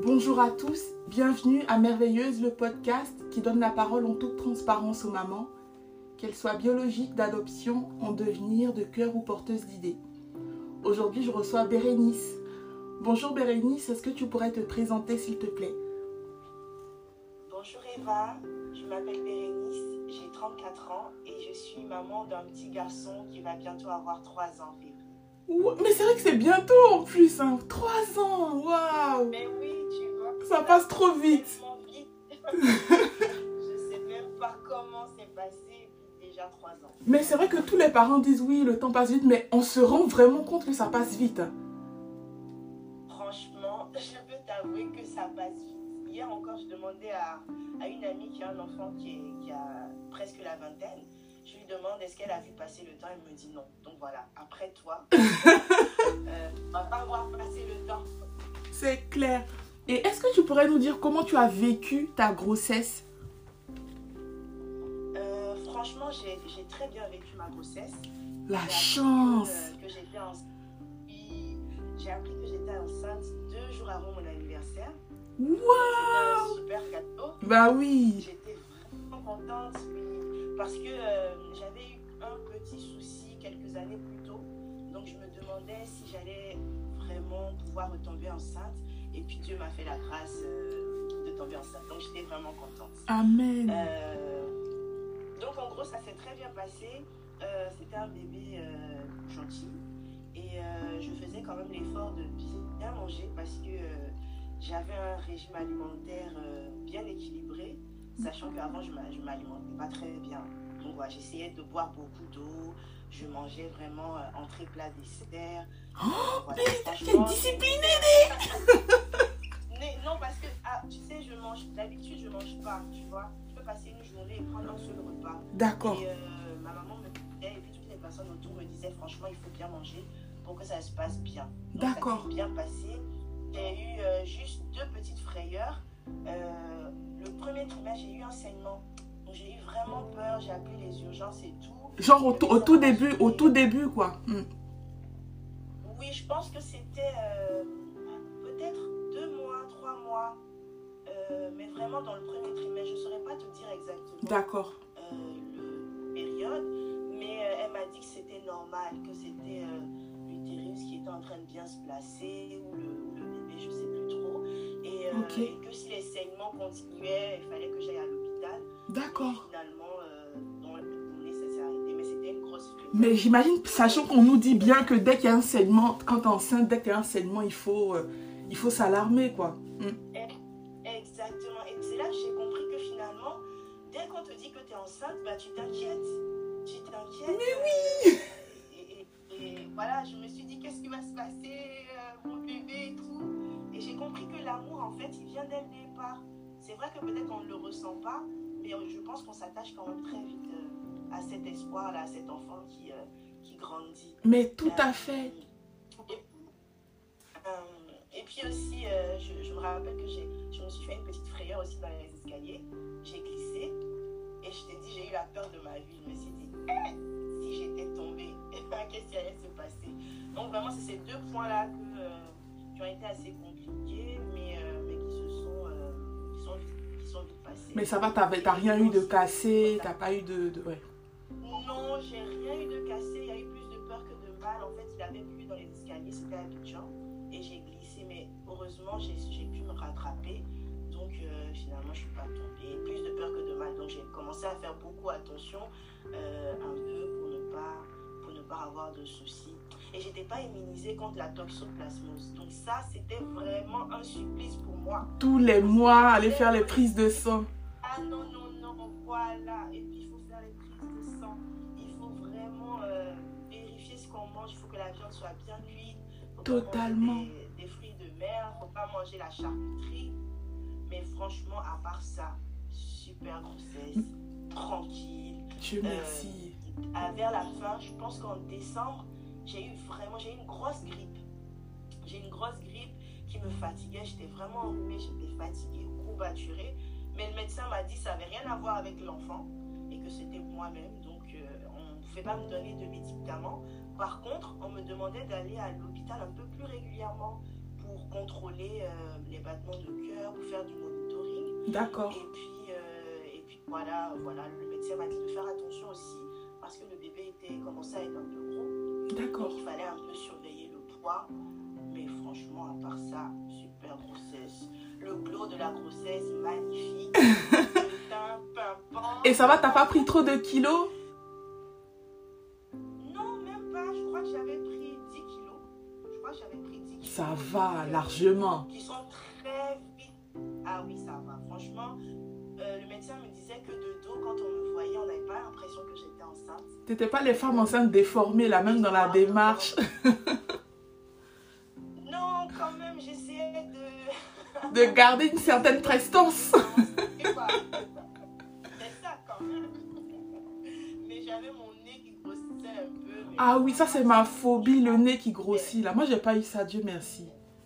Bonjour à tous, bienvenue à Merveilleuse, le podcast qui donne la parole en toute transparence aux mamans, qu'elles soient biologiques, d'adoption, en devenir, de cœur ou porteuses d'idées. Aujourd'hui, je reçois Bérénice. Bonjour Bérénice, est-ce que tu pourrais te présenter s'il te plaît? Bonjour Eva, je m'appelle Bérénice, j'ai 34 ans et je suis maman d'un petit garçon qui va bientôt avoir 3 ans en février. Mais c'est vrai que c'est bientôt en plus, 3 ans, waouh! Mais oui, tu vois. Ça passe trop vite. Tellement vite. Je sais même pas comment c'est passé, puis déjà 3 ans. Mais c'est vrai que tous les parents disent oui, le temps passe vite, mais on se rend vraiment compte que ça passe vite. Franchement, je peux t'avouer que ça passe vite. Hier encore, je demandais à une amie qui a un enfant qui a presque la vingtaine. Je lui demande est-ce qu'elle a vu passer le temps. Elle me dit non. Donc voilà, après toi, on va pas voir passer le temps. C'est clair. Et est-ce que tu pourrais nous dire comment tu as vécu ta grossesse? Franchement, j'ai très bien vécu ma grossesse. La chance. J'ai appris que j'étais enceinte 2 jours avant mon anniversaire. Waouh! C'était un super cadeau. Bah oui. J'étais vraiment contente, parce que j'avais eu un petit souci quelques années plus tôt. Donc je me demandais si j'allais vraiment pouvoir retomber enceinte. Et puis Dieu m'a fait la grâce de tomber enceinte. Donc j'étais vraiment contente. Amen. Donc en gros, ça s'est très bien passé. C'était un bébé gentil. Et je faisais quand même l'effort de bien manger parce que j'avais un régime alimentaire bien équilibré, sachant qu'avant je ne m'alimentais pas très bien. Donc voilà, j'essayais de boire beaucoup d'eau, je mangeais vraiment entrée, plat, dessert. Oh, Voilà, mais t'es disciplinée! Non, parce que tu sais, d'habitude je mange pas, tu vois. Je peux passer une journée et prendre un seul repas. D'accord. Et ma maman me disait, et puis toutes les personnes autour me disaient, franchement, il faut bien manger pour que ça se passe bien. Donc, d'accord. Ça s'est bien passé. J'ai eu juste 2 petites frayeurs. Le premier trimestre, j'ai eu un saignement. Donc j'ai eu vraiment peur, j'ai appelé les urgences et tout. Genre au tout début quoi. Oui, je pense que c'était peut-être 2 mois, 3 mois. Mais vraiment dans le premier trimestre, je ne saurais pas te dire exactement. D'accord. Le période, mais elle m'a dit que c'était normal, que c'était l'utérus qui était en train de bien se placer, ou le bébé, je ne sais plus trop. Et que si les saignements continuaient, il fallait que j'aille à l'hôpital. D'accord. Et finalement, dans le nez, ça s'est arrêté, mais c'était une grosse frayeur. Mais j'imagine, sachant qu'on nous dit bien que dès qu'il y a un saignement, quand tu es enceinte, dès qu'il y a un saignement, il faut s'alarmer, quoi. Exactement. Et c'est là que j'ai compris que finalement, dès qu'on te dit que tu es enceinte, bah, tu t'inquiètes. Mais oui. Et voilà, je me suis dit, qu'est-ce qui va se passer, mon bébé et tout. Et j'ai compris que l'amour, en fait, il vient dès le départ. C'est vrai que peut-être on ne le ressent pas, mais je pense qu'on s'attache quand même très vite à cet espoir-là, à cet enfant qui grandit. Mais tout à fait. Et puis aussi, je me rappelle que je me suis fait une petite frayeur aussi dans les escaliers. J'ai glissé et je t'ai dit, j'ai eu la peur de ma vie. Je me suis dit, si j'étais tombée, qu'est-ce qui allait se passer? Donc vraiment, c'est ces 2 points-là qui ont été assez compliqués, mais qui sont vite passés. Mais ça va, t'as rien eu de cassé, t'as pas eu de... Ouais. Non, j'ai rien eu de cassé. Il y a eu plus de peur que de mal. En fait, il avait plu dans les escaliers, c'était à Abidjan. Et j'ai glissé, mais heureusement, j'ai pu me rattraper. Donc, finalement, je ne suis pas tombée. Plus de peur que de mal. Donc, j'ai commencé à faire beaucoup attention, un peu, pour ne pas avoir de soucis. Et je n'étais pas immunisée contre la toxoplasmose. Donc, ça, c'était vraiment un supplice pour moi. Tous les mois, aller faire les prises de sang. Ah non, voilà. Et puis, il faut faire les prises de sang. Il faut vraiment vérifier ce qu'on mange. Il faut que la viande soit bien cuite. Totalement. Des fruits de mer, faut pas manger la charcuterie. Mais franchement, à part ça, super grossesse, tranquille. Dieu merci. Vers la fin, je pense qu'en décembre, j'ai eu une grosse grippe. J'ai une grosse grippe qui me fatiguait. J'étais vraiment enrhumée, j'étais fatiguée, courbaturée. Mais le médecin m'a dit que ça n'avait rien à voir avec l'enfant et que c'était moi-même. Donc, on ne pouvait pas me donner de médicaments. Par contre, on me demandait d'aller à l'hôpital un peu plus régulièrement pour contrôler les battements de cœur, pour faire du monitoring. D'accord. Et puis voilà, le médecin m'a dit de faire attention aussi parce que le bébé commençait à être un peu gros. D'accord. Donc il fallait un peu surveiller le poids. Mais franchement, à part ça, super grossesse. Le glow de la grossesse, magnifique. Le teint pimpant. Et ça va, t'as pas pris trop de kilos? Non, même pas. Je crois que j'avais pris 10 kilos. Ça va, largement. Qui sont très vite. Ah oui, ça va. Franchement, le médecin me disait que de dos, quand on me voyait, on n'avait pas l'impression que j'étais enceinte. T'étais pas les femmes enceintes déformées, là, même dans la démarche. Non, quand même, j'essayais de garder une certaine prestance. C'est ça, quand même. Mais j'avais mon nez qui grossissait un peu. Ah oui, ça c'est ma phobie, le nez qui grossit, là. Moi, j'ai pas eu ça, Dieu merci.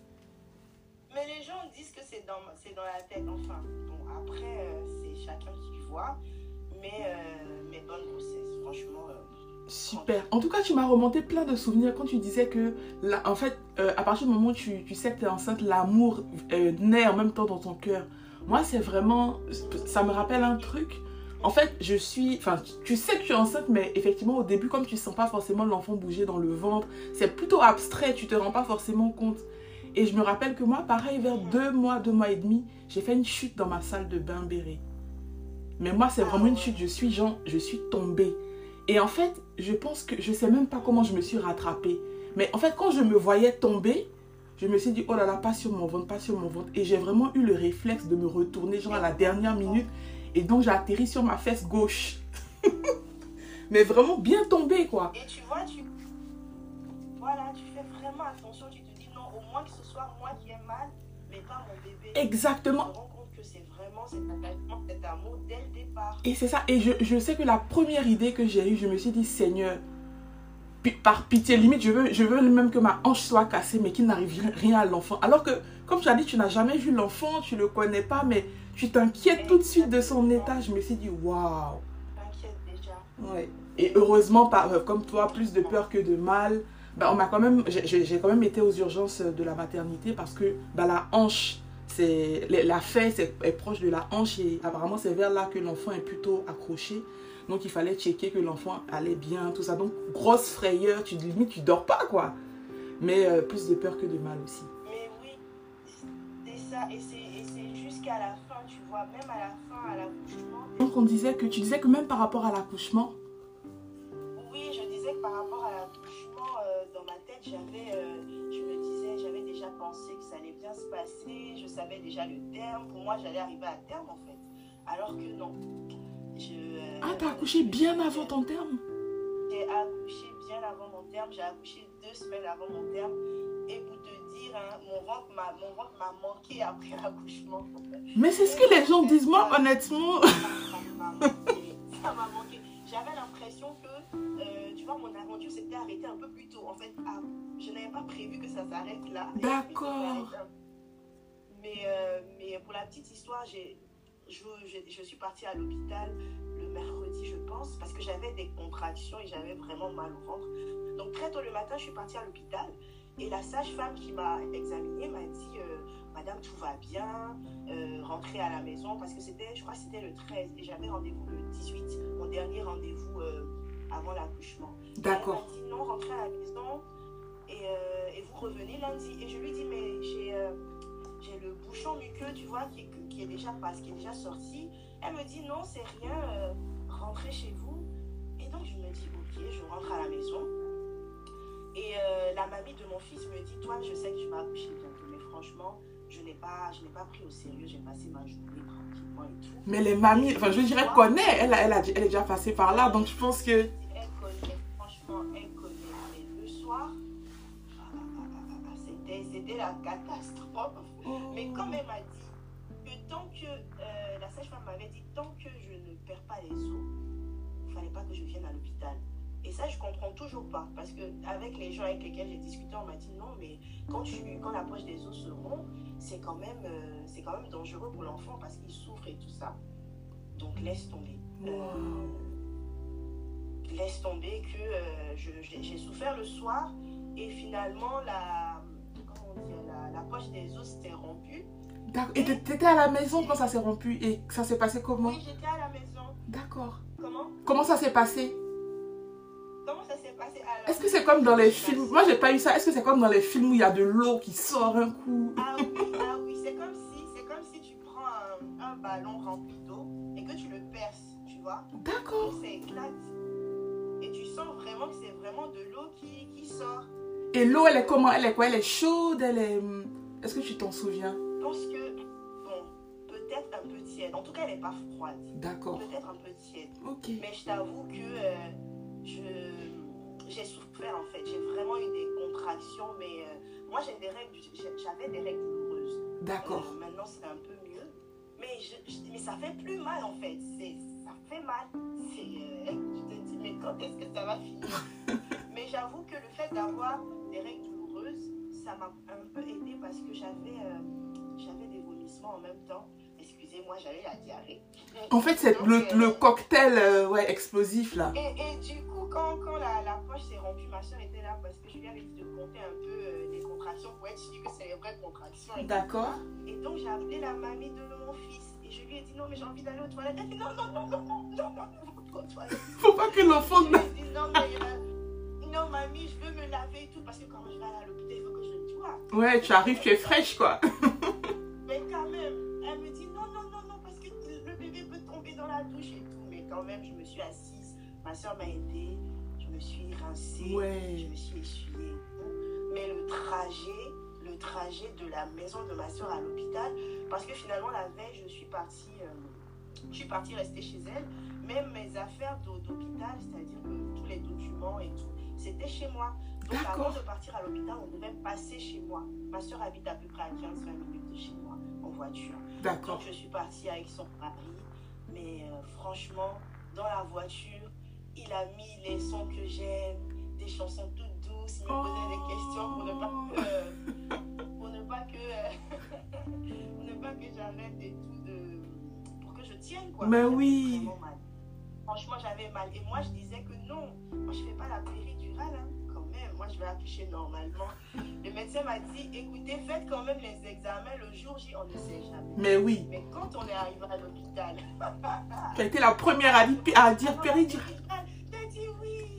Mais les gens disent que c'est dans la tête, enfin. Bon, après, c'est chacun qui voit. Mais bonne grossesse, franchement. Super. En tout cas, tu m'as remonté plein de souvenirs quand tu disais que, là, en fait, à partir du moment où tu sais que tu es enceinte, l'amour naît en même temps dans ton cœur. Moi, c'est vraiment... Ça me rappelle un truc. En fait, tu sais que tu es enceinte, mais effectivement, au début, comme tu ne sens pas forcément l'enfant bouger dans le ventre, c'est plutôt abstrait, tu ne te rends pas forcément compte. Et je me rappelle que moi, pareil, vers 2 mois et demi, j'ai fait une chute dans ma salle de bain Béré. Mais moi, c'est vraiment une chute. Je suis tombée. Et en fait, je pense que je ne sais même pas comment je me suis rattrapée. Mais en fait, quand je me voyais tomber, je me suis dit, oh là là, pas sur mon ventre, pas sur mon ventre. Et j'ai vraiment eu le réflexe de me retourner, genre à la dernière minute. Et donc, j'ai atterri sur ma fesse gauche. Mais vraiment bien tombée, quoi. Et tu vois, tu fais vraiment attention. Tu te dis, non, au moins que ce soit moi qui ai mal, mais pas mon bébé. Exactement. Tu te rends compte que c'est vraiment cet attachement, cet amour dès le départ. Et c'est ça. Et je sais que la première idée que j'ai eue, je me suis dit, Seigneur, par pitié, limite, je veux même que ma hanche soit cassée, mais qu'il n'arrive rien à l'enfant. Alors que, comme tu as dit, tu n'as jamais vu l'enfant, tu ne le connais pas, mais tu t'inquiètes tout de suite de son état. Je me suis dit, waouh. T'inquiète déjà. Ouais. Et heureusement, comme toi, plus de peur que de mal. Ben, j'ai quand même été aux urgences de la maternité parce que la hanche, la fesse est proche de la hanche et apparemment c'est vers là que l'enfant est plutôt accroché. Donc il fallait checker que l'enfant allait bien, tout ça. Donc grosse frayeur, limite tu dors pas quoi. Mais plus de peur que de mal aussi. Mais oui, c'est ça. Et c'est jusqu'à la fin, tu vois, même à la fin, à l'accouchement. Donc tu disais que même par rapport à l'accouchement. Oui, je disais que par rapport à l'accouchement, dans ma tête, je me disais, j'avais déjà pensé que ça allait bien se passer. Je savais déjà le terme. Pour moi, j'allais arriver à terme en fait. Alors que non. T'as accouché bien avant ton terme? J'ai accouché bien avant mon terme. J'ai accouché 2 semaines avant mon terme. Et pour te dire, hein, mon ventre m'a manqué après l'accouchement. Mais c'est ce que les gens disent. Moi, honnêtement... Ça m'a manqué. J'avais l'impression que, tu vois, mon aventure s'était arrêtée un peu plus tôt. En fait, je n'avais pas prévu que ça s'arrête là. D'accord. Mais pour la petite histoire, je suis partie à l'hôpital le mercredi, je pense, parce que j'avais des contractions et j'avais vraiment mal au ventre. Donc très tôt le matin, je suis partie à l'hôpital et la sage-femme qui m'a examinée m'a dit Madame, tout va bien, rentrez à la maison, parce que je crois que c'était le 13 et j'avais rendez-vous le 18, mon dernier rendez-vous avant l'accouchement. D'accord. Elle m'a dit non, rentrez à la maison et vous revenez lundi. Et je lui dis mais j'ai le bouchon muqueux, tu vois, qui est déjà sorti. Elle me dit non, c'est rien, rentrez chez vous. Et donc je me dis ok, je rentre à la maison. Et la mamie de mon fils me dit toi, je sais que tu vas accoucher bientôt, mais franchement, je n'ai pas pris au sérieux. J'ai passé ma journée tranquillement et tout. Mais les mamies, enfin je dirais, elle connaît, elle est déjà passée par là, donc je pense que... Elle connaît, franchement, elle connaît. Mais le soir, c'était la catastrophe. Mais comme elle m'a dit que tant que, la sage-femme m'avait dit, tant que je ne perds pas les os, il ne fallait pas que je vienne à l'hôpital. Et ça, je ne comprends toujours pas. Parce qu'avec les gens avec lesquels j'ai discuté, on m'a dit non, mais quand la poche des os se rompt, c'est quand même dangereux pour l'enfant parce qu'il souffre et tout ça. Donc laisse tomber. Laisse tomber que j'ai souffert le soir et finalement la poche des os s'est rompue. D'accord. Et t'étais à la maison quand ça s'est rompu et ça s'est passé comment? Oui, j'étais à la maison. D'accord. Comment ça s'est passé? Comment ça s'est passé? Alors, est-ce que c'est comme dans les films? Moi, j'ai pas eu ça. Est-ce que c'est comme dans les films où il y a de l'eau qui sort un coup? Ah oui, c'est comme si tu prends un ballon rempli d'eau et que tu le perces, tu vois. D'accord. Donc ça éclate. Et tu sens vraiment que c'est vraiment de l'eau qui sort. Et l'eau, elle est comment? Elle est quoi? Elle est chaude? Elle est... Est-ce que tu t'en souviens? Je pense que, bon, peut-être un peu tiède. En tout cas, elle n'est pas froide. D'accord. Peut-être un peu tiède. Ok. Mais je t'avoue que j'ai souffert en fait. J'ai vraiment eu des contractions. Mais moi, j'avais des règles douloureuses. D'accord. Maintenant, c'est un peu mieux. Mais ça fait plus mal en fait. Ça fait mal. Je te dis, mais quand est-ce que ça va finir? Mais j'avoue que le fait d'avoir des règles douloureuses, ça m'a un peu aidé parce que j'avais des vomissements en même temps. Excusez-moi, j'avais la diarrhée. En fait, c'est le cocktail ouais, explosif là. Et du coup, quand la poche s'est rompue, ma soeur était là parce que je lui avais dit de compter un peu les contractions pour être sûre que c'est les vraies contractions. D'accord. Et donc, j'ai appelé la mamie de mon fils et je lui ai dit non, mais j'ai envie d'aller aux toilettes. Elle dit non, aux toilettes. Faut pas que l'enfant... Je lui ai dit non, mamie, je veux me laver et tout parce que quand je vais aller à l'hôpital, il faut que je le vois. Ouais, tu arrives, tu es fraîche quoi. Mais quand même, elle me dit non, parce que le bébé peut tomber dans la douche et tout. Mais quand même, je me suis assise, ma soeur m'a aidée, je me suis rincée, ouais. Je me suis essuyée. Mais le trajet de la maison de ma soeur à l'hôpital, parce que finalement, la veille, je suis partie rester chez elle. Même mes affaires d'hôpital, c'est-à-dire que tous les documents et tout, c'était chez moi. Donc avant de partir à l'hôpital, on devait passer chez moi. Ma soeur habite à peu près à 15-20 minutes de chez moi en voiture. D'accord. Donc je suis partie avec son mari. Mais franchement, dans la voiture, il a mis les sons que j'aime, des chansons toutes douces. Il me posait des questions pour ne pas que j'arrête et tout pour que je tienne quoi. Mais j'avais oui. Vraiment mal. Franchement, j'avais mal. Et moi, je disais que non, moi, je ne fais pas la péridurale, hein, quand même. Moi, je vais accoucher normalement. Le médecin m'a dit, écoutez, faites quand même les examens le jour J, on ne sait jamais. Mais oui. Mais quand on est arrivé à l'hôpital... Tu as été la première à dire péridurale. J'ai dit oui.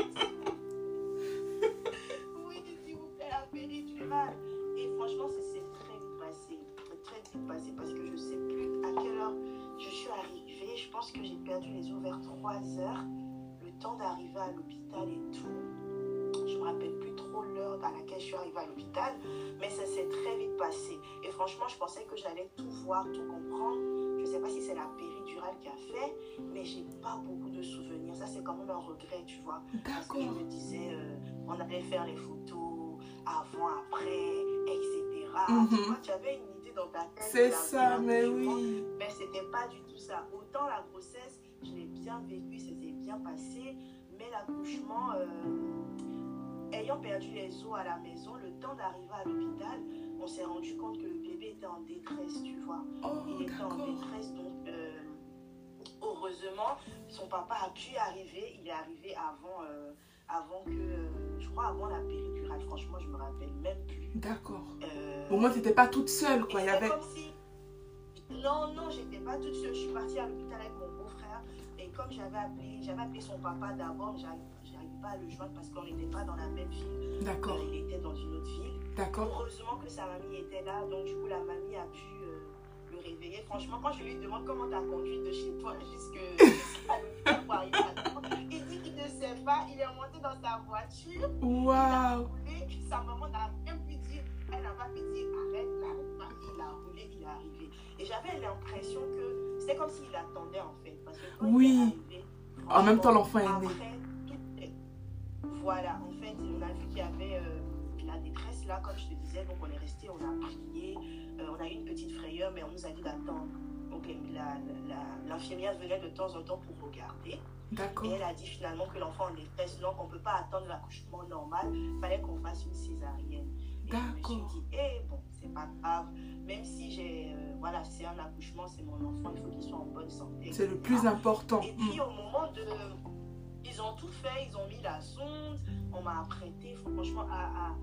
Oui, s'il vous plaît, la péridurale. Et franchement, c'est très vite passé. Très vite passé parce que je ne sais plus à quelle heure je suis arrivée. Je pense que j'ai perdu les os vers 3 heures. Le temps d'arriver à l'hôpital et tout. Je ne me rappelle plus trop l'heure à laquelle je suis arrivée à l'hôpital. Mais ça s'est très vite passé. Et franchement, je pensais que j'allais tout voir, tout comprendre. Je ne sais pas si c'est la péridurale qui a fait, mais j'ai pas beaucoup de souvenirs. Ça, c'est quand même un regret, tu vois. Parce que je me disais, on allait faire les photos avant, après, etc. Tu vois, tu avais une idée dans ta tête. C'est ça, mais oui. Mais c'était pas du tout ça. Autant la grossesse, je l'ai bien vécue, ça s'est bien passé. Mais l'accouchement, ayant perdu les os à la maison, le temps d'arriver à l'hôpital, on s'est rendu compte que le bébé était en détresse, tu vois. Il était en détresse, donc heureusement, son papa a pu arriver. Il est arrivé avant la péridurale. Franchement, je me rappelle même plus. D'accord. Au moins, tu n'étais pas toute seule, quoi. Il y avait... comme si... Non, j'étais pas toute seule. Je suis partie à l'hôpital avec mon beau-frère. Et comme j'avais appelé son papa d'abord, j'arrivais pas à le joindre parce qu'on n'était pas dans la même ville. D'accord. Il était dans une autre ville. D'accord. Heureusement que sa mamie était là. Donc, du coup, la mamie a pu le réveiller. Franchement, quand je lui demande comment tu as conduit de chez toi jusqu'à l'hôpital pour arriver à toi, il dit qu'il ne sait pas. Il est monté dans sa voiture. Waouh. Sa maman n'a rien pu dire. Elle n'a pas pu dire arrête. Il a roulé, il est arrivé. Et j'avais l'impression que c'était comme s'il attendait en fait. Parce que quand il est arrivé, en même temps, l'enfant est né. Voilà, en fait, on a vu qu'il y avait la détresse là, comme je te disais. Donc on est resté, on a prié. On a eu une petite frayeur, mais on nous a dit d'attendre. Donc l'infirmière venait de temps en temps pour regarder. D'accord. Et elle a dit finalement que l'enfant en détresse, donc on ne peut pas attendre l'accouchement normal. Il fallait qu'on fasse une césarienne. Et d'accord. je me suis dit, bon, c'est pas grave. Même si c'est un accouchement, c'est mon enfant, il faut qu'il soit en bonne santé. C'est le plus important. Et puis au moment de... Ils ont tout fait, ils ont mis la sonde, on m'a apprêté, franchement,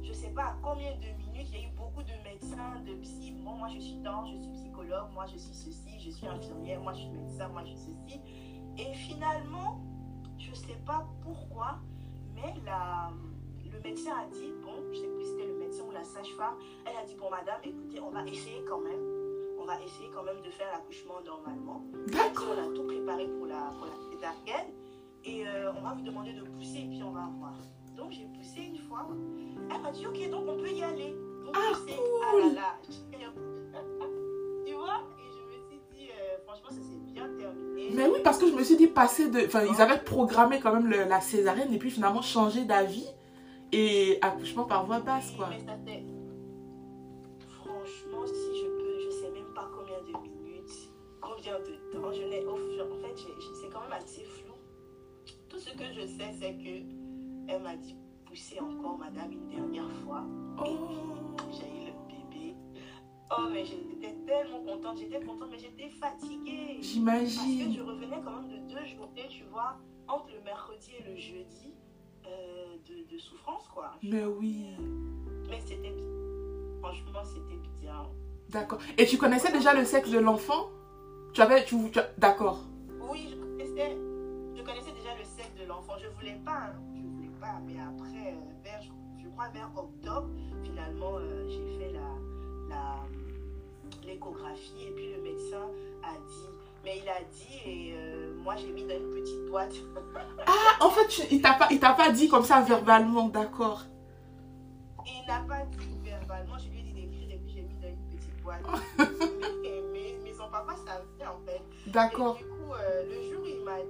je ne sais pas à combien de minutes, il y a eu beaucoup de médecins, de psy. Bon, moi, je suis psychologue, moi, je suis ceci, je suis infirmière, moi, je suis médecin, moi, je suis ceci. Et finalement, je ne sais pas pourquoi, mais le médecin a dit, bon, je ne sais plus si c'était le médecin ou la sage-femme, elle a dit, bon, madame, écoutez, on va essayer quand même. On va essayer quand même de faire l'accouchement normalement. D'accord. On a tout préparé pour la césarienne. Et on va vous demander de pousser et puis on va voir. Donc j'ai poussé une fois. Elle m'a dit ok, donc on peut y aller. Donc Cool. Ah là là. Tu vois? Et je me suis dit, franchement, ça s'est bien terminé. Mais oui, parce que je me suis dit ils avaient programmé quand même la césarienne et puis finalement changé d'avis et accouchement par voie basse, quoi. Mais ça fait... Franchement, si je peux, je sais même pas combien de minutes, combien de temps. En fait, c'est quand même assez flou. Tout ce que je sais, c'est que elle m'a dit pousser encore madame une dernière fois. Et puis j'ai eu le bébé. Oh, mais j'étais tellement contente. J'étais contente, mais j'étais fatiguée. J'imagine. Parce que je revenais quand même de 2 journées, tu vois, entre le mercredi et le jeudi, de souffrance, quoi. Mais oui. Mais c'était bien. Franchement, c'était bien. D'accord. Et tu connaissais déjà le sexe de l'enfant? D'accord. Oui, je connaissais déjà le sexe de l'enfant. Je voulais pas, mais après, je crois vers octobre, finalement, j'ai fait l'échographie et puis le médecin a dit, mais il a dit et moi j'ai mis dans une petite boîte. Ah, en fait, il t'a pas dit comme ça verbalement, d'accord. Il n'a pas dit verbalement, je lui ai dit d'écrire et puis j'ai mis dans une petite boîte. mais son papa savait en fait. D'accord. Et du coup, le jour où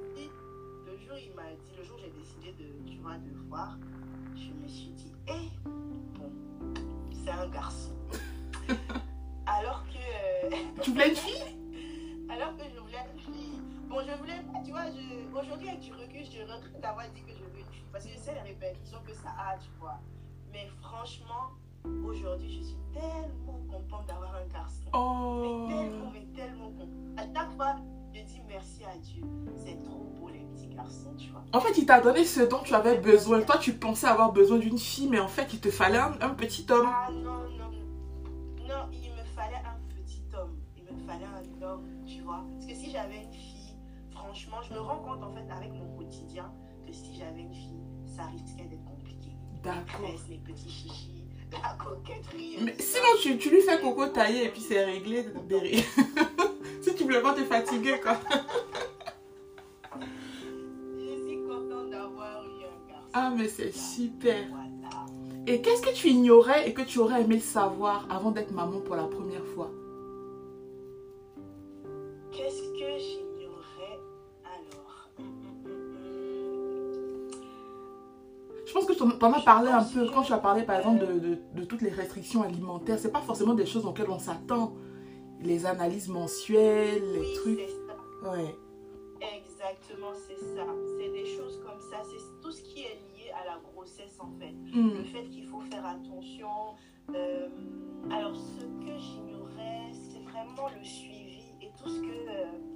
j'ai décidé de voir, je me suis dit, bon, c'est un garçon. Alors que... Tu voulais une fille? Alors que je voulais une fille. Bon, je voulais pas, tu vois, aujourd'hui avec du recul, je regrette d'avoir dit que je veux une fille. Parce que je sais les répercussions que ça a, tu vois. Mais franchement, aujourd'hui, je suis tellement contente d'avoir un garçon. Oh. Mais tellement contente. À chaque fois, je dis merci à Dieu. C'est trop beau les petits garçons, tu vois. En fait, il t'a donné ce dont tu avais besoin. Toi, tu pensais avoir besoin d'une fille, mais en fait, il te fallait un petit homme. Ah non, il me fallait un petit homme. Il me fallait un homme, tu vois. Parce que si j'avais une fille, franchement, je me rends compte en fait avec mon quotidien que si j'avais une fille, ça risquait d'être compliqué. D'accord. Les petits chichis, la coquetterie. Mais sinon, tu lui fais coco taillé et puis c'est réglé. Si tu voulais pas te fatiguer, quoi. Je suis contente d'avoir eu un garçon. Ah, mais c'est super. Voilà. Et qu'est-ce que tu ignorais et que tu aurais aimé savoir avant d'être maman pour la première fois? Qu'est-ce que j'ignorais alors? Je pense que tu en as parlé un peu quand tu as parlé par exemple de toutes les restrictions alimentaires. C'est pas forcément des choses auxquelles on s'attend. Les analyses mensuelles, les trucs. C'est ça. Ouais. Exactement, c'est ça. C'est des choses comme ça. C'est tout ce qui est lié à la grossesse en fait. Le fait qu'il faut faire attention. Alors, ce que j'ignorais, c'est vraiment le suivi et tout ce que...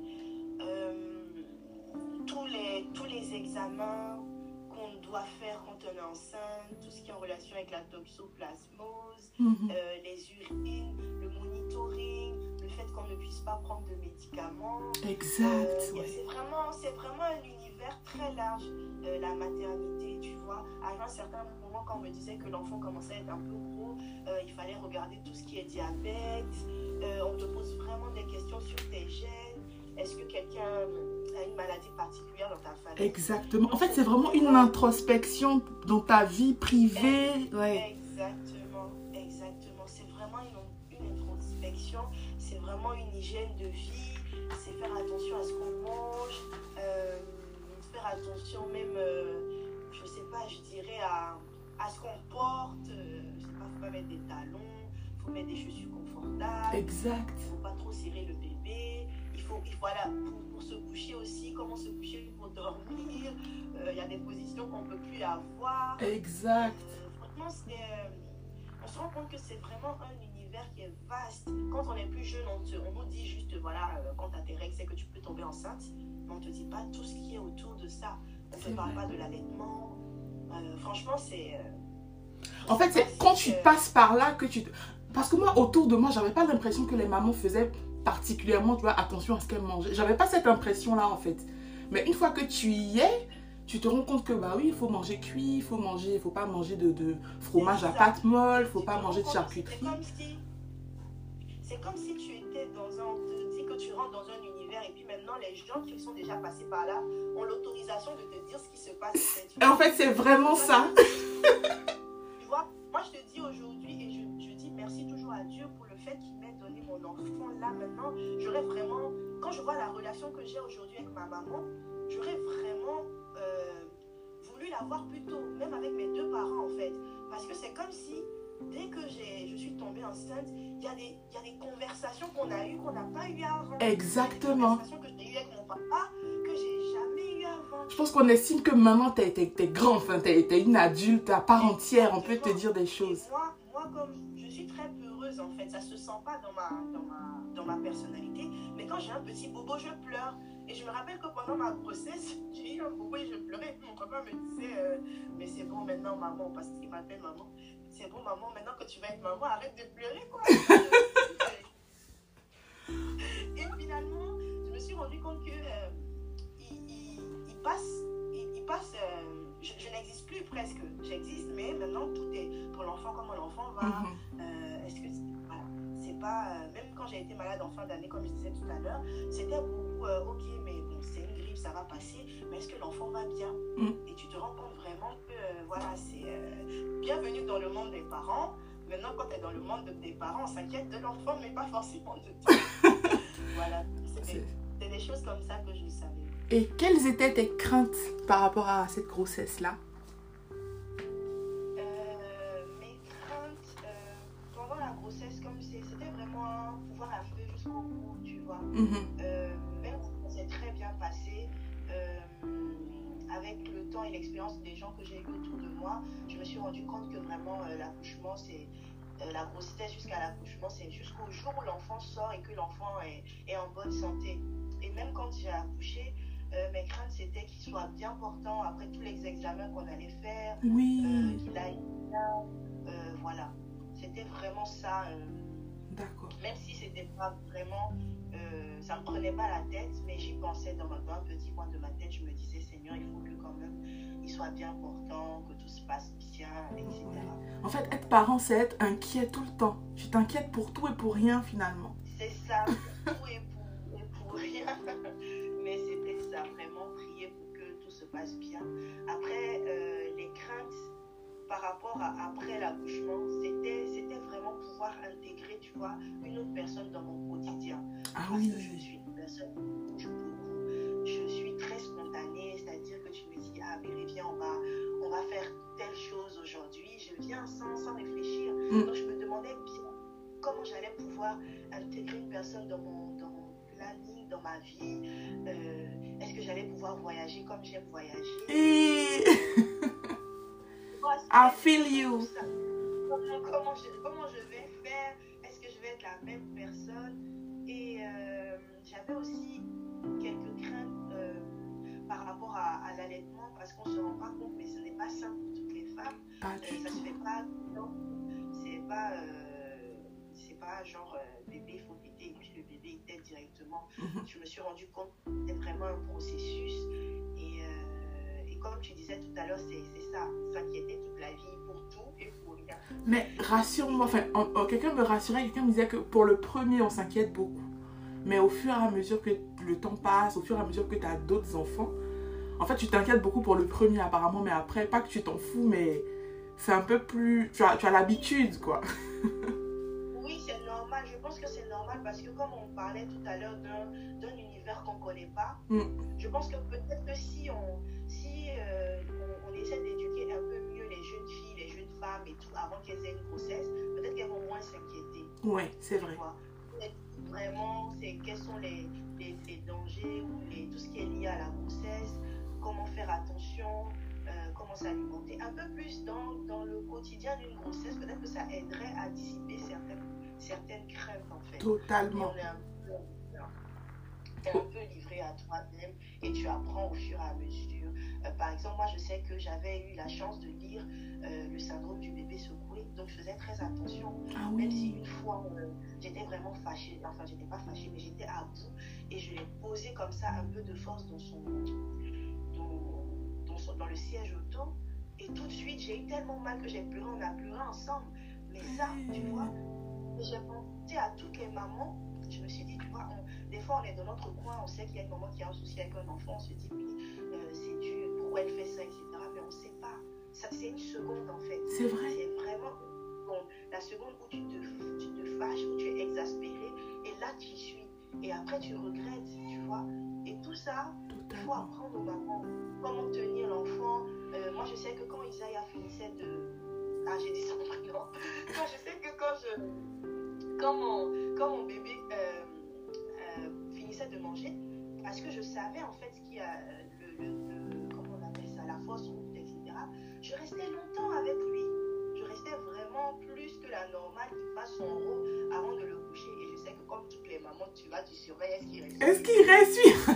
tous les examens qu'on doit faire quand on est enceinte, tout ce qui est en relation avec la toxoplasmose, les urines, le monitoring, le fait qu'on ne puisse pas prendre de médicaments. Exact. C'est vraiment un univers très large, la maternité, tu vois. À un certain moment, quand on me disait que l'enfant commençait à être un peu gros, il fallait regarder tout ce qui est diabète. On te pose vraiment des questions sur tes gènes. Est-ce que quelqu'un a une maladie particulière dans ta famille? Exactement. En fait, c'est vraiment une introspection dans ta vie privée. Ouais. Exactement. C'est vraiment une introspection. C'est vraiment une hygiène de vie. C'est faire attention à ce qu'on mange. Faire attention même, je sais pas, je dirais à ce qu'on porte. Je sais pas, faut pas mettre des talons. Faut mettre des chaussures confortables. Exact. Faut pas trop serrer le bébé. Voilà, pour se coucher aussi, comment se coucher pour dormir. Il y a des positions qu'on ne peut plus avoir. Exact. Franchement, on se rend compte que c'est vraiment un univers qui est vaste. Quand on est plus jeune, on nous dit juste, voilà, quand tu as tes règles, c'est que tu peux tomber enceinte. Mais on ne te dit pas tout ce qui est autour de ça. On ne te parle pas de l'allaitement. Franchement, c'est En fait, c'est quand tu passes par là que tu... Parce que moi, autour de moi, j'avais pas l'impression que les mamans faisaient particulièrement, tu vois, attention à ce qu'elles mangeaient. J'avais pas cette impression-là, en fait. Mais une fois que tu y es, tu te rends compte que, bah oui, il faut manger cuit, il faut pas manger de fromage à pâte molle, il faut pas manger de charcuterie. C'est comme si tu étais on te dit que tu rentres dans un univers et puis maintenant, les gens qui sont déjà passés par là ont l'autorisation de te dire ce qui se passe. Et en fait, c'est vraiment ça. Tu vois, moi, je te dis aujourd'hui, et je dis merci toujours à Dieu pour le fait qu'il m'ait donné mon enfant là maintenant. J'aurais vraiment, quand je vois la relation que j'ai aujourd'hui avec ma maman, j'aurais vraiment voulu l'avoir plus tôt, même avec mes deux parents en fait. Parce que c'est comme si, dès que je suis tombée enceinte, il y a des conversations qu'on a eues qu'on n'a pas eues avant. Exactement. Des conversations que j'ai eues avec mon papa que j'ai jamais eues avant. Je pense qu'on estime que maintenant t'es grand, enfin, t'es une adulte à part entière, on peut te dire des choses. Moi, comme je suis très peureuse en fait, ça se sent pas dans ma personnalité, mais quand j'ai un petit bobo, je pleure. Et je me rappelle que pendant ma grossesse, j'ai eu un bobo et je pleurais. Mon papa me disait, mais c'est bon maintenant maman, parce qu'il m'appelle maman. C'est bon maman, maintenant que tu vas être maman, arrête de pleurer quoi. Et finalement, je me suis rendu compte que il passe, je n'existe plus presque. J'existe, mais maintenant tout est pour l'enfant, comment l'enfant va. Est-ce que voilà, c'est pas même quand j'ai été malade en fin d'année, comme je disais tout à l'heure, c'était beaucoup ok, mais bon, c'est une grippe, ça va passer. Mais est-ce que l'enfant va bien? Et tu te rends compte vraiment que voilà, c'est bienvenue dans le monde des parents. Maintenant, quand tu es dans le monde des parents, on s'inquiète de l'enfant, mais pas forcément de toi. Voilà, c'est des choses comme ça que je savais. Et quelles étaient tes craintes par rapport à cette grossesse-là? Mes craintes pendant la grossesse, comme c'était vraiment pouvoir arriver jusqu'au bout, tu vois. Même si ça s'est très bien passé, avec le temps et l'expérience des gens que j'ai eu autour de moi, je me suis rendu compte que vraiment l'accouchement, c'est la grossesse jusqu'à l'accouchement, c'est jusqu'au jour où l'enfant sort et que l'enfant est en bonne santé. Et même quand j'ai accouché, mes craintes c'était qu'il soit bien portant après tous les examens qu'on allait faire, qu'il aille bien, voilà. C'était vraiment ça. D'accord. Même si c'était pas vraiment, ça me prenait pas la tête, mais j'y pensais dans un petit coin de ma tête. Je me disais, Seigneur, il faut que quand même il soit bien portant, que tout se passe bien, etc. En fait, être parent, c'est être inquiet tout le temps. Tu t'inquiètes pour tout et pour rien finalement. C'est ça, pour tout et pour rien. Mais c'était ça, vraiment prier pour que tout se passe bien. Après, les craintes par rapport à après l'accouchement, c'était vraiment pouvoir intégrer, tu vois, une autre personne dans mon quotidien. Parce que je suis une personne qui bouge beaucoup. Je suis très spontanée, c'est-à-dire que tu me dis, ah, mais viens, on va faire telle chose aujourd'hui. Je viens sans réfléchir. Donc, je me demandais bien comment j'allais pouvoir intégrer une personne dans mon planning, dans ma vie. Est-ce que j'allais pouvoir voyager comme j'aime voyager? I feel you. Comment je vais faire? Est-ce que je vais être la même personne? Et j'avais aussi quelques craintes par rapport à l'allaitement, parce qu'on ne se rend pas compte, mais ce n'est pas simple pour toutes les femmes. Ça ne se fait pas, non. C'est pas genre bébé, il faut téter et puis le bébé il tète directement. Je me suis rendu compte que c'était vraiment un processus. Et comme tu disais tout à l'heure, c'est ça, s'inquiéter toute la vie pour tout et pour rien. Mais rassure-moi, quelqu'un me rassurait, quelqu'un me disait que pour le premier, on s'inquiète beaucoup. Mais au fur et à mesure que le temps passe, au fur et à mesure que tu as d'autres enfants, en fait, tu t'inquiètes beaucoup pour le premier apparemment, mais après, pas que tu t'en fous, mais c'est un peu plus... Tu as l'habitude, quoi. Oui, c'est normal. Je pense que c'est normal parce que comme on parlait tout à l'heure d'un univers qu'on ne connaît pas, je pense que peut-être que si on essaie d'éduquer un peu mieux les jeunes filles, les jeunes femmes et tout, avant qu'elles aient une grossesse, peut-être qu'elles vont moins s'inquiéter. Oui, c'est vrai. Vraiment, quels sont les dangers ou tout ce qui est lié à la grossesse, comment faire attention, comment s'alimenter. Un peu plus dans le quotidien d'une grossesse, peut-être que ça aiderait à dissiper certaines craintes en fait. Totalement. es un peu livré à toi-même et tu apprends au fur et à mesure. Par exemple, moi, je sais que j'avais eu la chance de lire le syndrome du bébé secoué, donc je faisais très attention. Ah Même si oui. une fois, j'étais vraiment fâchée, enfin, j'étais pas fâchée, mais j'étais à bout et je l'ai posé comme ça un peu de force dans le siège auto. Et tout de suite, j'ai eu tellement mal que j'ai pleuré, on a pleuré ensemble. Mais ça, tu vois, j'ai pensé à toutes les mamans. Je me suis dit, tu vois, des fois on est dans notre coin, on sait qu'il y a une maman qui a un souci avec un enfant, on se dit, oui, c'est dur, pourquoi elle fait ça, etc. Mais on ne sait pas. Ça, c'est une seconde en fait. C'est vrai. C'est vraiment la seconde où tu te fâches, où tu es exaspéré, et là tu y suis. Et après tu regrettes, tu vois. Et tout ça, il faut apprendre aux mamans comment tenir l'enfant. Moi je sais que quand Isaiah finissait de... Ah, j'ai dit son prénom. Moi je sais que quand mon bébé finissait de manger, parce que je savais en fait qu'il y a comment on appelle ça, la fausse route, etc. Je restais longtemps avec lui. Je restais vraiment plus que la normale qu'il fasse son rôle avant de le coucher. Et je sais que comme toutes les mamans, tu surveilles, est-ce qu'il reste. Est-ce qu'il reste?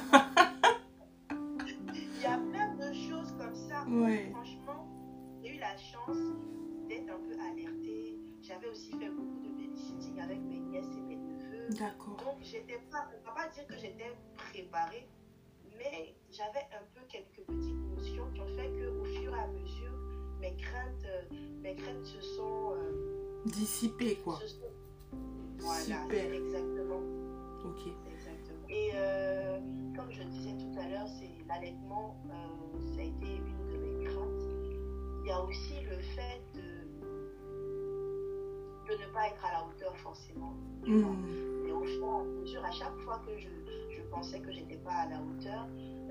Il y a plein de choses comme ça. Ouais. Franchement, j'ai eu la chance d'être un peu alertée. J'avais aussi fait beaucoup de babysitting avec mes nièces et mes neveux. D'accord. Donc, j'étais pas, on ne va pas dire que j'étais préparée, mais j'avais un peu quelques petites notions qui ont fait qu'au fur et à mesure, mes craintes se sont dissipées, quoi. Voilà, Super. c'est exactement. Ok. Exactement. Et comme je disais tout à l'heure, c'est l'allaitement, ça a été une de mes craintes. Il y a aussi le fait de ne pas être à la hauteur forcément. Et au fur et à mesure, à chaque fois que je pensais que j'étais pas à la hauteur,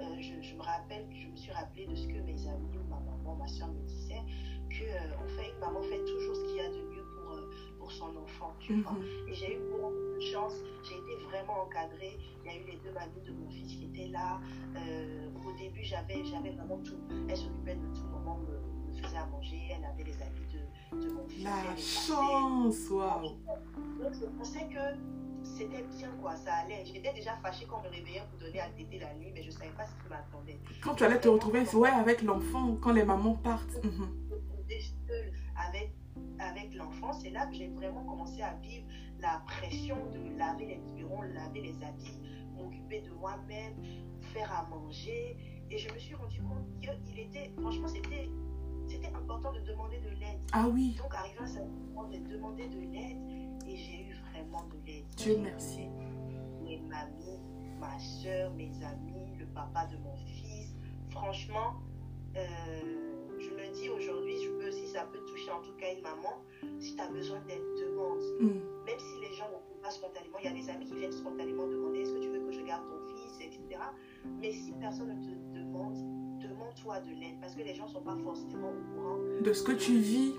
je me suis rappelée de ce que mes amis ou ma maman, ma soeur me disaient, que en fait, une maman fait toujours ce qu'il y a de mieux pour son enfant, tu vois. Et j'ai eu beaucoup de chance, j'ai été vraiment encadrée. Il y a eu les deux mamies de mon fils qui étaient là. Au début, j'avais vraiment tout. Elle s'occupait de tout. Maman me faisait à manger, elle avait les habits de mon fils. La chance, waouh. Donc, je pensais que c'était bien, quoi, ça allait. J'étais déjà fâchée quand on me réveillait pour donner à téter la nuit, mais je ne savais pas ce qui m'attendait. Quand tu allais te retrouver avec l'enfant, quand les mamans partent. Seule avec l'enfant, c'est là que j'ai vraiment commencé à vivre la pression de laver les biberons, laver les habits, m'occuper de moi-même, faire à manger. Et je me suis rendu compte qu'il était, franchement, c'était important de demander de l'aide. Ah oui. Donc, arrivé à ce moment de demander de l'aide, et j'ai eu vraiment de l'aide. Dieu merci. Mes mamies, ma soeur, mes amis, le papa de mon fils. Franchement, je me dis aujourd'hui, ça peut toucher en tout cas une maman. Si tu as besoin d'aide, demande. Même si les gens ne font pas spontanément, il y a des amis qui viennent spontanément demander est-ce que tu veux que je garde ton fils, etc. Mais si personne ne te demande, demande-toi de l'aide parce que les gens ne sont pas forcément au courant de ce que tu vis.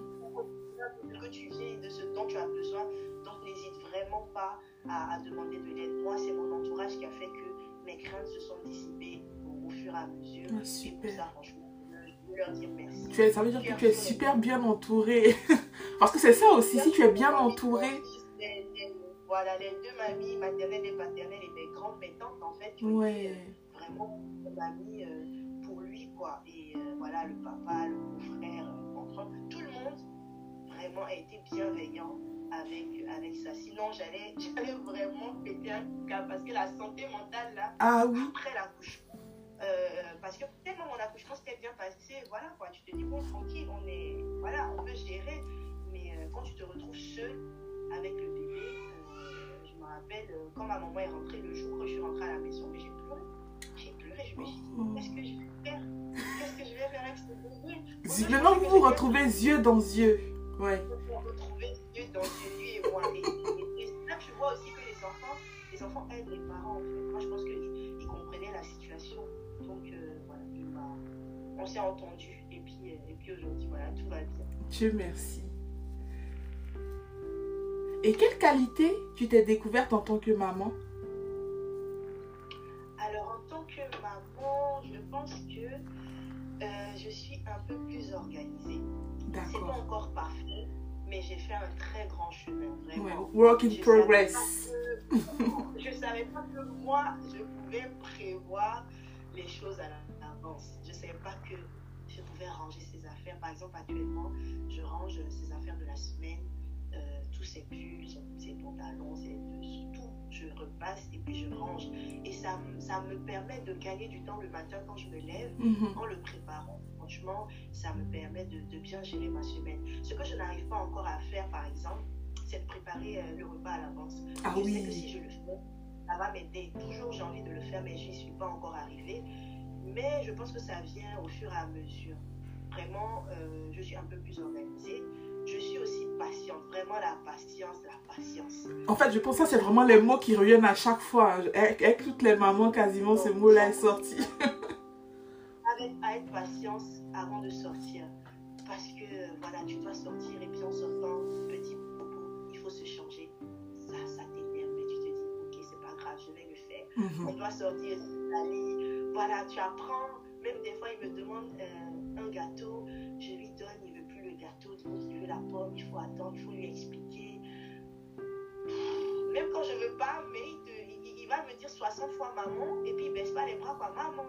De ce que tu vis, de ce dont tu as besoin. Donc n'hésite vraiment pas à demander de l'aide. Moi, c'est mon entourage qui a fait que mes craintes se sont dissipées au fur et à mesure. Ah, super. Et pour ça, franchement, je veux leur dire merci. Ça veut dire que tu es super bien entourée. Parce que c'est ça aussi, si tu es bien entourée. Voilà, les deux mamies, maternelle et paternelle, et mes grandes, mes tantes, en fait, qui ont été vraiment mamies pour lui, quoi. Et voilà, le papa, le beau-frère, tout le monde vraiment a été bienveillant avec ça. Sinon, j'allais vraiment péter un câble parce que la santé mentale, là, après l'accouchement, parce que tellement mon accouchement s'était bien passé, voilà, quoi, tu te dis, bon, tranquille, on peut gérer, mais quand tu te retrouves seule avec le bébé, je me rappelle, quand ma maman est rentrée, le jour que je suis rentrée à la maison, mais j'ai pleuré, je me suis dit, qu'est-ce que je vais faire avec ce bébé? Maintenant, vous vous retrouvez yeux dans yeux. Ouais. Vous vous retrouvez yeux dans yeux, lui et moi. Et là, tu vois aussi que les enfants aident les parents, en fait. Moi, je pense qu'ils comprenaient la situation. Donc, voilà, on s'est entendus. Et puis aujourd'hui, voilà, tout va bien. Dieu merci. Et quelle qualité tu t'es découverte en tant que maman? Alors, en tant que maman, je pense que je suis un peu plus organisée. C'est pas encore parfait, mais j'ai fait fait un très grand chemin, vraiment. Ouais, work in progress. Je ne savais pas que moi, je pouvais prévoir les choses à l'avance. Je ne savais pas que je pouvais ranger ses affaires. Par exemple, actuellement, je range ses affaires de la semaine, tous ses pulls, ses pantalons, tout. Je repasse et puis je range. Et ça me permet de gagner du temps le matin quand je me lève, en le préparant. Franchement, ça me permet de bien gérer ma semaine. Ce que je n'arrive pas encore à faire, par exemple, c'est de préparer le repas à l'avance. Je sais que si je le fais, ça va m'aider. Toujours j'ai envie de le faire, mais je n'y suis pas encore arrivée. Mais je pense que ça vient au fur et à mesure. Vraiment, je suis un peu plus organisée. Je suis aussi patiente. Vraiment la patience. En fait, je pense que ça, c'est vraiment les mots qui reviennent à chaque fois. Avec toutes les mamans, quasiment, ce mot-là est sorti. À être patience avant de sortir. Parce que, voilà, tu dois sortir et puis en sortant, petit propos, il faut se changer. Ça t'énerve, mais tu te dis, ok, c'est pas grave, je vais le faire. On doit sortir, aller, voilà, tu apprends. Même des fois, il me demande un gâteau, je lui donne, il veut plus le gâteau, donc il veut la pomme, il faut attendre, il faut lui expliquer. Même quand je veux pas, mais il va me dire 60 fois maman, et puis il baisse pas les bras, quoi. Maman.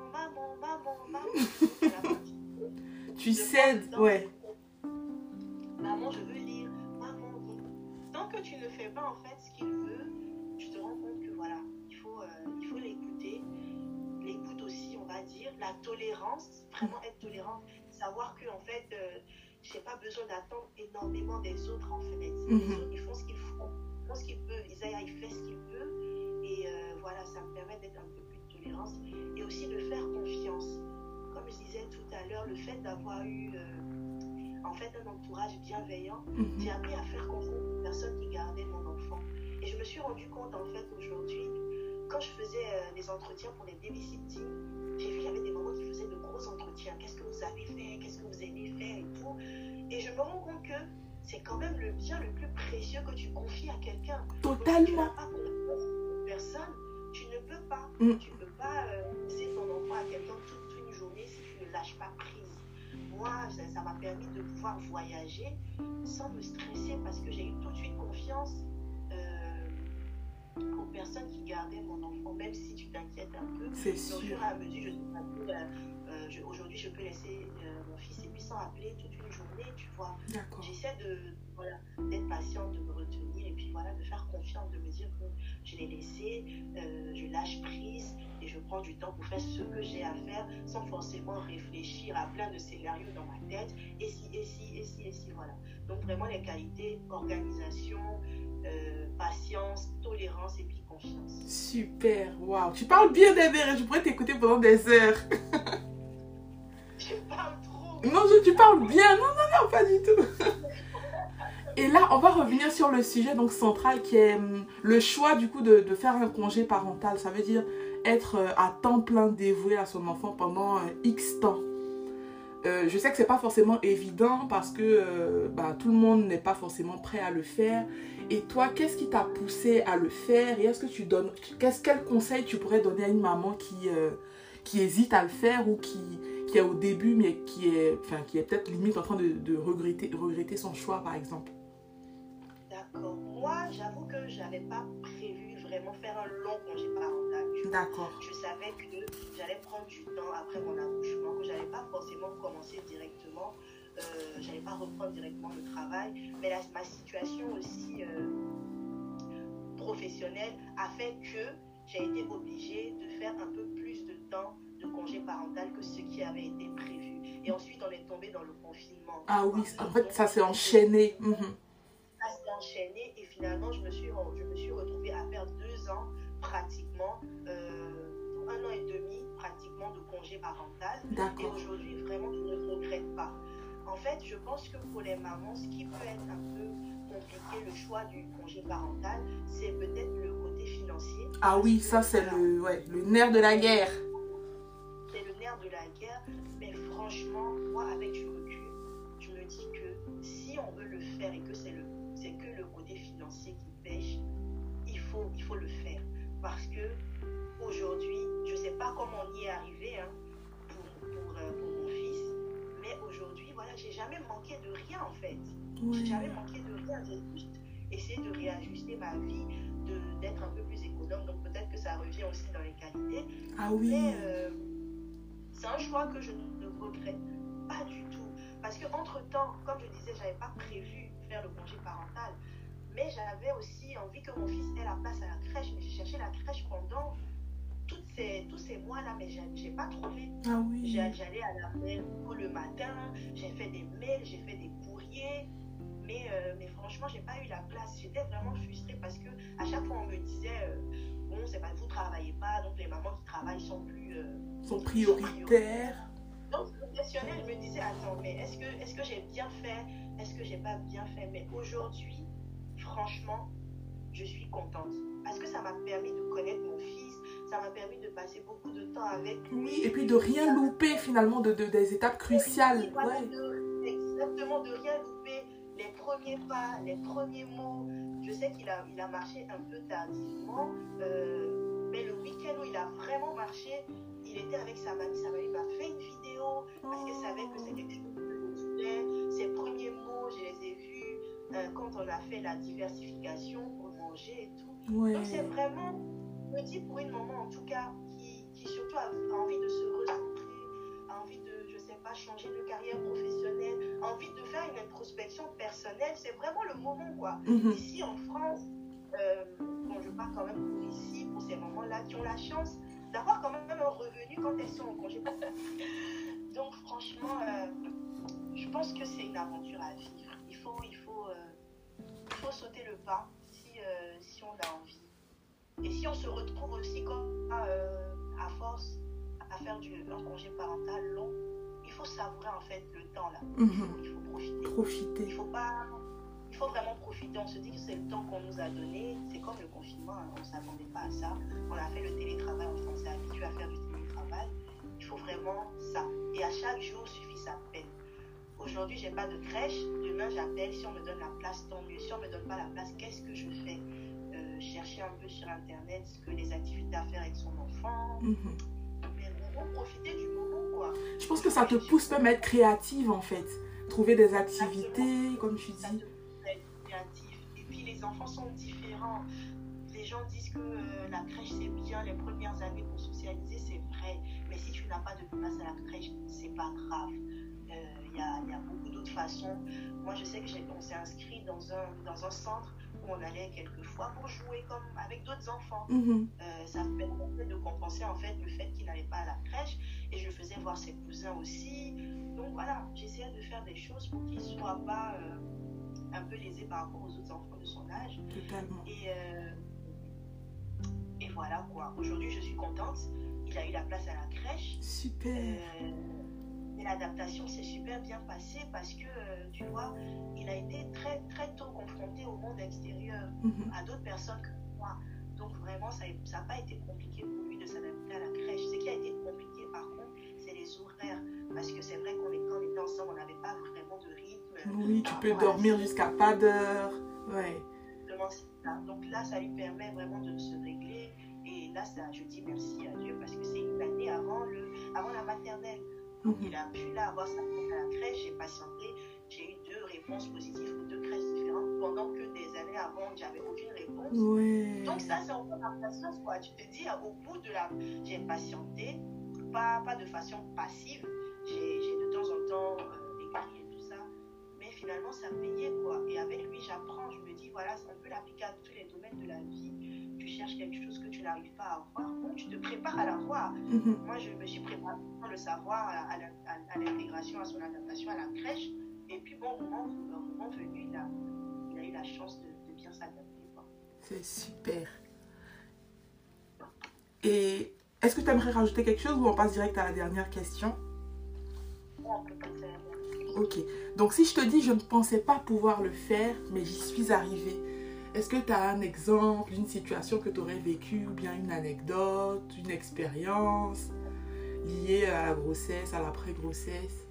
Tu cèdes, ouais. Maman, je veux lire. Maman. Tant que tu ne fais pas en fait ce qu'il veut, tu te rends compte que voilà, il faut l'écouter. L'écoute aussi, on va dire. La tolérance, vraiment être tolérante. Savoir que en fait, j'ai pas besoin d'attendre énormément des autres en fait. Ils font ce qu'ils font. Ils font ce qu'ils peuvent. Isaiah, il fait ce qu'il peut. Et voilà, ça me permet d'être un peu plus de tolérance. Et aussi de faire confiance. Comme je disais tout à l'heure, le fait d'avoir eu en fait un entourage bienveillant, j'ai appris à faire confiance aux personnes qui gardaient mon enfant. Et je me suis rendu compte en fait aujourd'hui, quand je faisais des entretiens pour les babysitting, j'ai vu qu'il y avait des mamans qui faisaient de gros entretiens. Qu'est-ce que vous avez fait? Qu'est-ce que vous aimez faire et tout. Et je me rends compte que c'est quand même le bien le plus précieux que tu confies à quelqu'un. Totalement. Donc, si tu n'as pas confiance en une personne, tu ne peux pas. Tu ne peux pas laisser ton enfant à quelqu'un toute une journée si tu ne lâches pas prise. Moi, ça m'a permis de pouvoir voyager sans me stresser parce que j'ai eu tout de suite confiance aux personnes qui gardaient mon enfant, même si tu t'inquiètes un peu. C'est sûr. Au fur et à mesure, aujourd'hui, je peux laisser mon fils et puis sans appeler toute une journée, tu vois. D'accord. J'essaie d'être patiente, de me retenir et puis voilà, de faire confiance, de me dire que je l'ai laissé, je lâche prise et je prends du temps pour faire ce que j'ai à faire sans forcément réfléchir à plein de scénarios dans ma tête. Et si, voilà. Donc vraiment les qualités, organisation, patience, tolérance et puis confiance. Super, waouh. Tu parles bien des mères, je pourrais t'écouter pendant des heures. Je parle trop. Non, tu parles bien. Non, pas du tout. Et là, on va revenir sur le sujet donc central qui est le choix du coup de faire un congé parental. Ça veut dire être à temps plein dévoué à son enfant pendant X temps. Je sais que c'est pas forcément évident parce que tout le monde n'est pas forcément prêt à le faire. Et toi, qu'est-ce qui t'a poussé à le faire? Et est-ce que quel conseil tu pourrais donner à une maman qui hésite à le faire ou qui est au début mais qui est peut-être limite en train de regretter son choix par exemple? D'accord. Moi, j'avoue que j'avais pas prévu vraiment faire un long congé parental. D'accord. Je savais que j'allais prendre du temps après mon accouchement, que j'allais pas forcément commencer directement, j'allais pas reprendre directement le travail, mais ma situation aussi professionnelle a fait que j'ai été obligée de faire un peu plus de temps de congé parental que ce qui avait été prévu. Et ensuite, on est tombé dans le confinement. Ah oui, en fait, ça s'est enchaîné. Ça s'est enchaîné et finalement, je me suis retrouvée à faire 2 ans pratiquement, 1 an et demi pratiquement de congé parental. D'accord. Et aujourd'hui, vraiment, je ne regrette pas. En fait, je pense que pour les mamans, ce qui peut être un peu compliqué, le choix du congé parental, c'est peut-être le côté financier. Ah oui, ça c'est le nerf de la guerre. C'est le nerf de la guerre, mais franchement, moi, avec du recul, je me dis que si on veut le faire et que c'est que le côté financier qui pêche, il faut le faire. Parce que aujourd'hui, je ne sais pas comment on y est arrivé pour mon fils, mais aujourd'hui, voilà, j'ai jamais manqué de rien en fait. Oui. J'ai jamais manqué de rien. J'ai juste essayé de réajuster ma vie, d'être un peu plus économe. Donc peut-être que ça revient aussi dans les qualités. Ah oui. Mais c'est un choix que je ne regrette pas du tout. Parce qu'entre-temps, comme je disais, je n'avais pas prévu faire le congé parental. Mais j'avais aussi envie que mon fils ait la place à la crèche. Mais j'ai cherché la crèche pendant tous ces mois-là, mais je n'ai pas trouvé. Ah oui. J'allais à la mail le matin, j'ai fait des mails, j'ai fait des courriers. Mais franchement, je n'ai pas eu la place. J'étais vraiment frustrée parce qu'à chaque fois, on me disait bon, c'est pas vous ne travaillez pas, donc les mamans qui travaillent sont prioritaires. Donc, le professionnel me disait attends, mais est-ce que j'ai bien fait? Est-ce que j'ai pas bien fait? Mais aujourd'hui, franchement, je suis contente parce que ça m'a permis de connaître mon fils, ça m'a permis de passer beaucoup de temps avec lui. Oui, et puis de rien louper finalement des étapes cruciales. Voilà, exactement, de rien louper. Les premiers pas, les premiers mots. Je sais qu'il a marché un peu tardivement, mais le week-end où il a vraiment marché, il était avec sa mamie. Sa mamie m'a fait une vidéo parce qu'elle savait que c'était quelque chose que je voulais. Ses premiers mots, je les ai vus quand on a fait la diversification pour manger et tout. Ouais. Donc c'est vraiment, je me dis pour une maman en tout cas, qui surtout a envie de se recentrer, a envie de, je sais pas, changer de carrière professionnelle, a envie de faire une introspection personnelle, c'est vraiment le moment quoi. Ici en France, bon, je parle quand même pour ici, pour ces mamans-là qui ont la chance d'avoir quand même un revenu quand elles sont en congé. Donc franchement, je pense que c'est une aventure à vivre. Il faut sauter le pas si on a envie. Et si on se retrouve aussi comme à force à faire un congé parental long, il faut savourer en fait le temps là. Il faut profiter. Il faut vraiment profiter. On se dit que c'est le temps qu'on nous a donné. C'est comme le confinement, hein. On ne s'attendait pas à ça. On a fait le télétravail, on s'est habitué à faire du télétravail. Il faut vraiment ça. Et à chaque jour suffit sa peine. Aujourd'hui, j'ai pas de crèche. Demain, j'appelle. Si on me donne la place, tant mieux. Si on me donne pas la place, qu'est-ce que je fais? Chercher un peu sur internet ce que les activités à faire avec son enfant. Mais vraiment profiter du moment quoi. Je pense que ça te pousse même à être créative en fait. Trouver des activités, comme tu dis. Ça te pousse à être créatif. Et puis les enfants sont différents. Les gens disent que la crèche c'est bien les premières années pour socialiser, c'est vrai. Mais si tu n'as pas de place à la crèche, c'est pas grave. Il y a beaucoup d'autres façons. Moi je sais que on s'est inscrit dans un centre où on allait quelquefois pour jouer comme avec d'autres enfants. Ça me permettait de compenser en fait le fait qu'il n'allait pas à la crèche et je faisais voir ses cousins aussi. Donc voilà, j'essayais de faire des choses pour qu'il ne soit pas un peu lésé par rapport aux autres enfants de son âge. Totalement. Et voilà quoi. Aujourd'hui je suis contente. Il a eu la place à la crèche. Super. Et l'adaptation s'est super bien passée parce que, tu vois, il a été très, très tôt confronté au monde extérieur, à d'autres personnes que moi. Donc vraiment, ça n'a pas été compliqué pour lui de s'adapter à la crèche. Ce qui a été compliqué, par contre, c'est les horaires. Parce que c'est vrai quand on était ensemble, on n'avait pas vraiment de rythme. Oui, tu peux dormir jusqu'à pas d'heure. Ouais. Donc là, ça lui permet vraiment de se régler. Et là, je dis merci à Dieu parce que c'est une année avant la maternelle. Il a pu là avoir sa place à la crèche, j'ai patienté, j'ai eu 2 réponses positives pour 2 crèches différentes pendant que des années avant, j'avais aucune réponse. Ouais. Donc ça, c'est encore la patience quoi. Tu te dis, au bout de j'ai patienté, pas de façon passive, j'ai de temps en temps écrit et tout ça, mais finalement ça payait quoi. Et avec lui, j'apprends, je me dis, voilà, on peut l'appliquer à tous les domaines de la vie. Tu cherches quelque chose que tu n'arrives pas à avoir, bon, tu te prépares à l'avoir. Moi, je me suis préparée pour le savoir à l'intégration, à son adaptation à la crèche. Et puis, bon, au moment venu, il a eu la chance de bien s'adapter. C'est super. Et est-ce que tu aimerais rajouter quelque chose ou on passe direct à la dernière question? On peut passer à la dernière question. Ok. Donc, si je te dis je ne pensais pas pouvoir le faire, mais j'y suis arrivée. Est-ce que tu as un exemple, une situation que tu aurais vécue ou bien une anecdote, une expérience liée à la grossesse, à l'après-grossesse?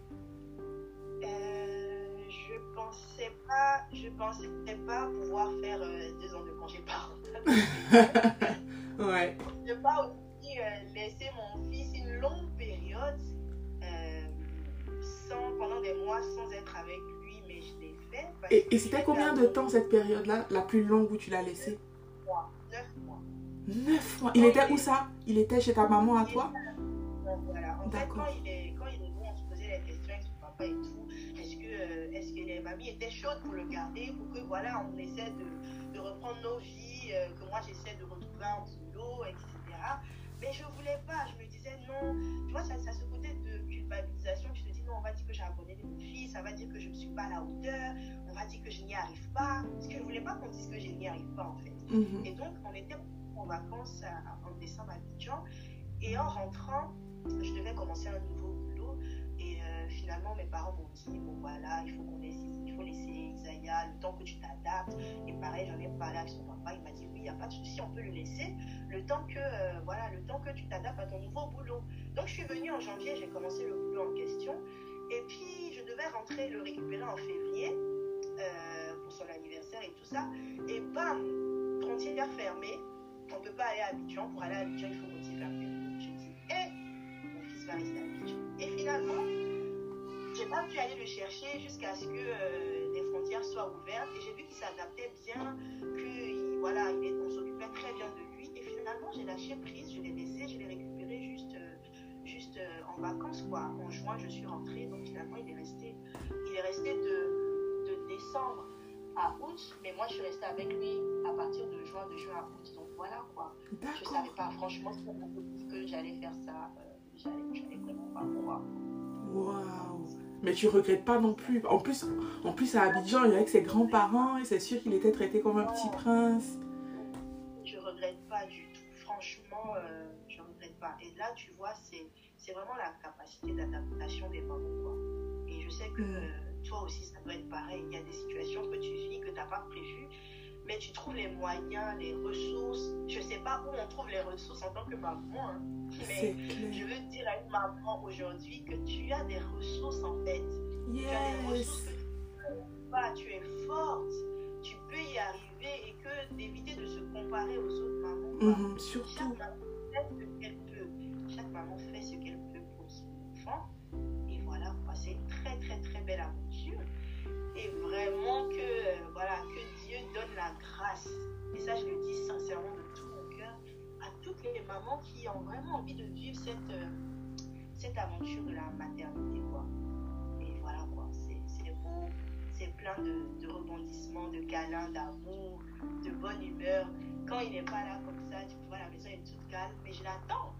Je pensais pas pouvoir faire 2 ans de congé parental. Ouais. Je ne peux pas aussi laisser mon fils une longue période pendant des mois sans être avec lui, mais je l'ai fait. Et c'était combien de temps cette période-là, la plus longue où tu l'as laissé? 9 mois. 9 mois. Il était où ça? Il était chez ta maman à toi? Voilà. En fait, D'accord. quand il est venu, on se posait la question avec son papa et tout. Est-ce que les mamies étaient chaudes pour le garder, pour que voilà, on essaie de reprendre nos vies, que moi j'essaie de retrouver un boulot, etc. Mais je voulais pas, je me disais non. Tu vois, ça ce côté de culpabilisation. Tu te dis non, on va dire que j'ai abandonné mon fils, ça va dire que je ne suis pas à la hauteur, on va dire que je n'y arrive pas. Parce que je voulais pas qu'on dise que je n'y arrive pas en fait. Et donc, on était en vacances en décembre à Abidjan. Et en rentrant, je devais commencer un nouveau boulot. Et finalement, mes parents m'ont dit, bon voilà, il faut laisser Isaiah le temps que tu t'adaptes. Et pareil, j'en ai parlé avec son papa. Il m'a dit, oui, il n'y a pas de souci, on peut le laisser le temps que tu t'adaptes à ton nouveau boulot. Donc, je suis venue en janvier, j'ai commencé le boulot en question. Et puis, je devais rentrer le récupérer en février pour son anniversaire et tout ça. Et bam, frontière fermée. On ne peut pas aller à Abidjan. Pour aller à Abidjan, il faut motiver un peu. Je dis, mon fils va rester à Abidjan. Et finalement, j'ai pas pu aller le chercher jusqu'à ce que les frontières soient ouvertes. Et j'ai vu qu'il s'adaptait bien, on s'occupait très bien de lui. Et finalement, j'ai lâché prise, je l'ai laissé, je l'ai récupéré juste en vacances, quoi. En juin, je suis rentrée. Donc finalement, il est resté de décembre à août. Mais moi, je suis restée avec lui à partir de juin à août. Donc voilà, quoi. Je savais pas, franchement, que j'allais faire ça. J'allais vraiment pas pouvoir. Waouh! Mais tu regrettes pas non plus. En plus à Abidjan, il est avec ses grands-parents et c'est sûr qu'il était traité comme un petit prince. Je regrette pas du tout. Franchement, je regrette pas. Et là, tu vois, c'est vraiment la capacité d'adaptation des mamans, quoi. Et je sais que toi aussi, ça doit être pareil. Il y a des situations que tu vis, que tu n'as pas prévues. Mais tu trouves les moyens, les ressources. Je ne sais pas où on trouve les ressources en tant que maman. Hein. Mais je veux dire à une maman aujourd'hui que tu as des ressources en fait. Yes. Tu as des ressources que tu ne peux pas. Tu es forte. Tu peux y arriver et que d'éviter de se comparer aux autres mamans. Surtout. Chaque maman fait ce qu'elle peut. Chaque maman fait ce qu'elle peut pour son enfant. Et voilà, c'est une très très très belle aventure. Et vraiment que Dieu donne la grâce. Et ça, je le dis sincèrement de tout mon cœur à toutes les mamans qui ont vraiment envie de vivre cette aventure de la maternité, quoi. Et voilà, quoi. C'est beau, c'est plein de rebondissements, de câlins, d'amour, de bonne humeur. Quand il n'est pas là comme ça, tu vois, la maison est toute calme, mais je l'attends.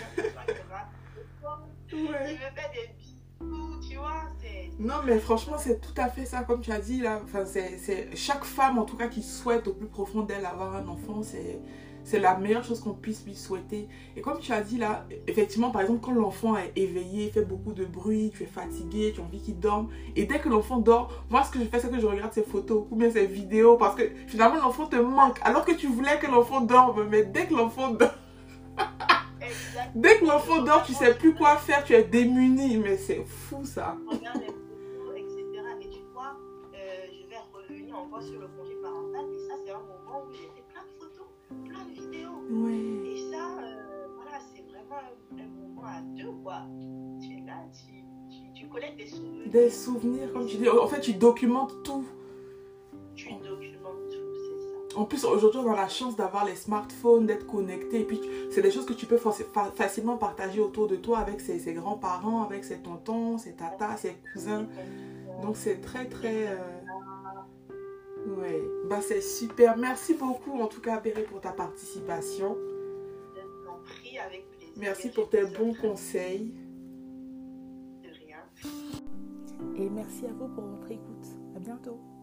Je me fais des bisous. Tu vois, non mais franchement c'est tout à fait ça comme tu as dit là. Enfin, c'est chaque femme en tout cas qui souhaite au plus profond d'elle avoir un enfant, c'est la meilleure chose qu'on puisse lui souhaiter. Et comme tu as dit là, effectivement par exemple quand l'enfant est éveillé, fait beaucoup de bruit, tu es fatigué, tu as envie qu'il dorme, et dès que l'enfant dort, moi ce que je fais c'est que je regarde ses photos ou bien ses vidéos parce que finalement l'enfant te manque alors que tu voulais que l'enfant dorme, mais dès que l'enfant dort dès que l'enfant dort, tu sais plus quoi faire, tu es démuni, mais c'est fou ça. Regarde les photos, etc. Et tu vois, je vais revenir encore sur le congé parental, mais ça c'est un moment où j'ai fait plein de photos, plein de vidéos. Ouais. Et ça, c'est vraiment un moment à deux, quoi. Tu es là, tu collectes des souvenirs. Des souvenirs, comme tu dis. En fait, tu documentes tout. Tu documentes tout, c'est ça. En plus, aujourd'hui, on a la chance d'avoir les smartphones, d'être connectés. Et puis, c'est des choses que tu peux facilement partager autour de toi avec ses grands-parents, avec ses tontons, ses tatas, ses cousins. Donc, c'est très, très... Ouais. Bah, c'est super. Merci beaucoup, en tout cas, Béré, pour ta participation. Je t'en prie, avec plaisir. Merci pour tes bons conseils. De rien. Et merci à vous pour votre écoute. À bientôt.